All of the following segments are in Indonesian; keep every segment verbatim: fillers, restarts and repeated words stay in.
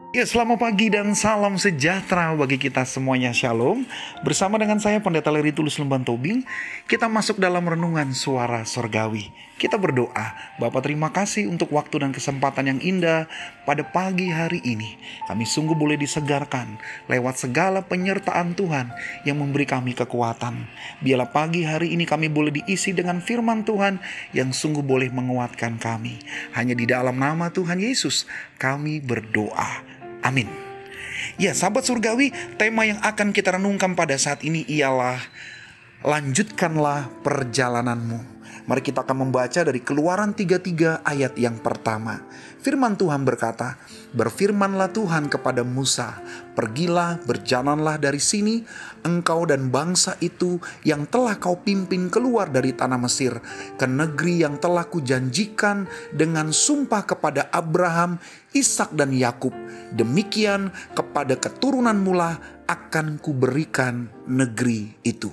Ya, selamat pagi dan salam sejahtera bagi kita semuanya. Shalom. Bersama dengan saya Pendeta Leri Tulus Lemban Tobing, kita masuk dalam renungan suara sorgawi. Kita berdoa, Bapa terima kasih untuk waktu dan kesempatan yang indah pada pagi hari ini. Kami sungguh boleh disegarkan lewat segala penyertaan Tuhan yang memberi kami kekuatan. Biarlah pagi hari ini kami boleh diisi dengan firman Tuhan yang sungguh boleh menguatkan kami. Hanya di dalam nama Tuhan Yesus kami berdoa. Amin. Ya, sahabat surgawi, tema yang akan kita renungkan pada saat ini ialah lanjutkanlah perjalananmu. Mari kita akan membaca dari Keluaran tiga puluh tiga ayat yang pertama. Firman Tuhan berkata, "Berfirmanlah Tuhan kepada Musa, pergilah, berjalanlah dari sini, engkau dan bangsa itu yang telah kau pimpin keluar dari tanah Mesir, ke negeri yang telah kujanjikan dengan sumpah kepada Abraham, Ishak dan Yakub. Demikian kepada keturunanmu lah akan kuberikan negeri itu."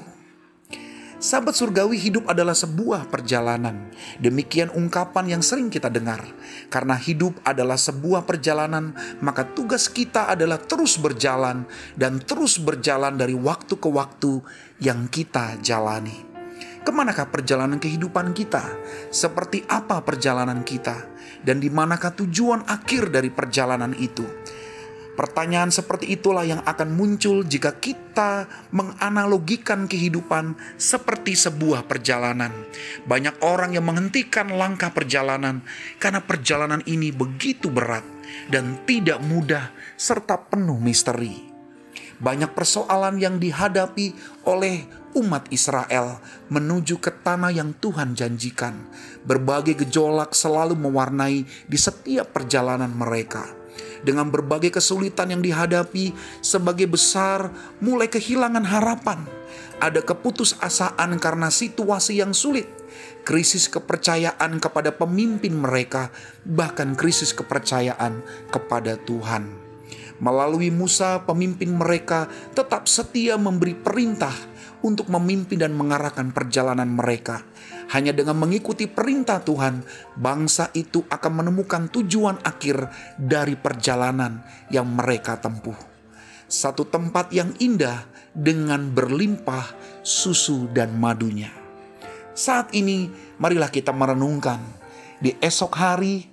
Sahabat surgawi, hidup adalah sebuah perjalanan. Demikian ungkapan yang sering kita dengar. Karena hidup adalah sebuah perjalanan, maka tugas kita adalah terus berjalan dan terus berjalan dari waktu ke waktu yang kita jalani. Kemanakah perjalanan kehidupan kita? Seperti apa perjalanan kita? Dan di manakah tujuan akhir dari perjalanan itu? Pertanyaan seperti itulah yang akan muncul jika kita menganalogikan kehidupan seperti sebuah perjalanan. Banyak orang yang menghentikan langkah perjalanan karena perjalanan ini begitu berat dan tidak mudah serta penuh misteri. Banyak persoalan yang dihadapi oleh umat Israel menuju ke tanah yang Tuhan janjikan. Berbagai gejolak selalu mewarnai di setiap perjalanan mereka. Dengan berbagai kesulitan yang dihadapi, sebagai besar mulai kehilangan harapan. Ada keputusasaan karena situasi yang sulit, krisis kepercayaan kepada pemimpin mereka, bahkan krisis kepercayaan kepada Tuhan. Melalui Musa, pemimpin mereka tetap setia memberi perintah untuk memimpin dan mengarahkan perjalanan mereka. Hanya dengan mengikuti perintah Tuhan, bangsa itu akan menemukan tujuan akhir dari perjalanan yang mereka tempuh. Satu tempat yang indah dengan berlimpah susu dan madunya. Saat ini, marilah kita merenungkan di esok hari.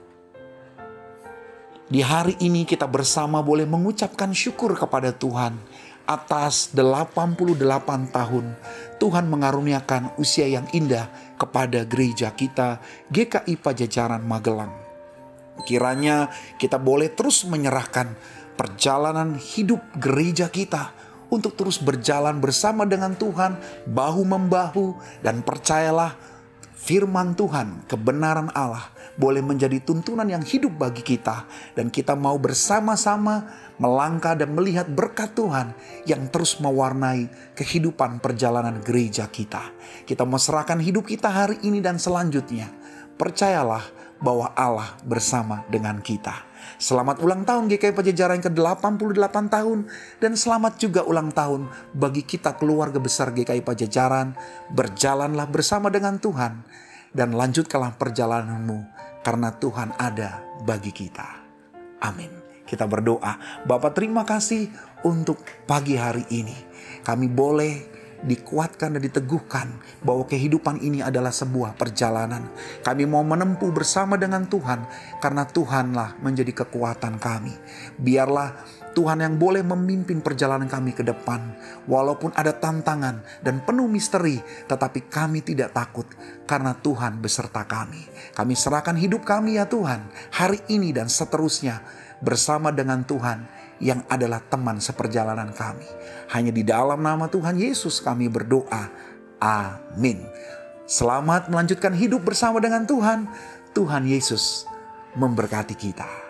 Di hari ini kita bersama boleh mengucapkan syukur kepada Tuhan atas delapan puluh delapan tahun Tuhan mengaruniakan usia yang indah kepada gereja kita G K I Pajajaran Magelang. Kiranya kita boleh terus menyerahkan perjalanan hidup gereja kita untuk terus berjalan bersama dengan Tuhan, bahu-membahu, dan percayalah firman Tuhan, kebenaran Allah boleh menjadi tuntunan yang hidup bagi kita. Dan kita mau bersama-sama melangkah dan melihat berkat Tuhan yang terus mewarnai kehidupan perjalanan gereja kita. Kita mau serahkan hidup kita hari ini dan selanjutnya. Percayalah bahwa Allah bersama dengan kita. Selamat ulang tahun G K I Pajajaran ke delapan puluh delapan tahun. Dan selamat juga ulang tahun bagi kita keluarga besar G K I Pajajaran. Berjalanlah bersama dengan Tuhan dan lanjutkanlah perjalananmu, karena Tuhan ada bagi kita. Amin. Kita berdoa. Bapa, terima kasih untuk pagi hari ini. Kami boleh dikuatkan dan diteguhkan bahwa kehidupan ini adalah sebuah perjalanan. Kami mau menempuh bersama dengan Tuhan, karena Tuhanlah menjadi kekuatan kami. Biarlah Tuhan yang boleh memimpin perjalanan kami ke depan. Walaupun ada tantangan dan penuh misteri, tetapi kami tidak takut karena Tuhan beserta kami. Kami serahkan hidup kami ya Tuhan, hari ini dan seterusnya bersama dengan Tuhan yang adalah teman seperjalanan kami. Hanya di dalam nama Tuhan Yesus kami berdoa. Amin. Selamat melanjutkan hidup bersama dengan Tuhan. Tuhan Yesus memberkati kita.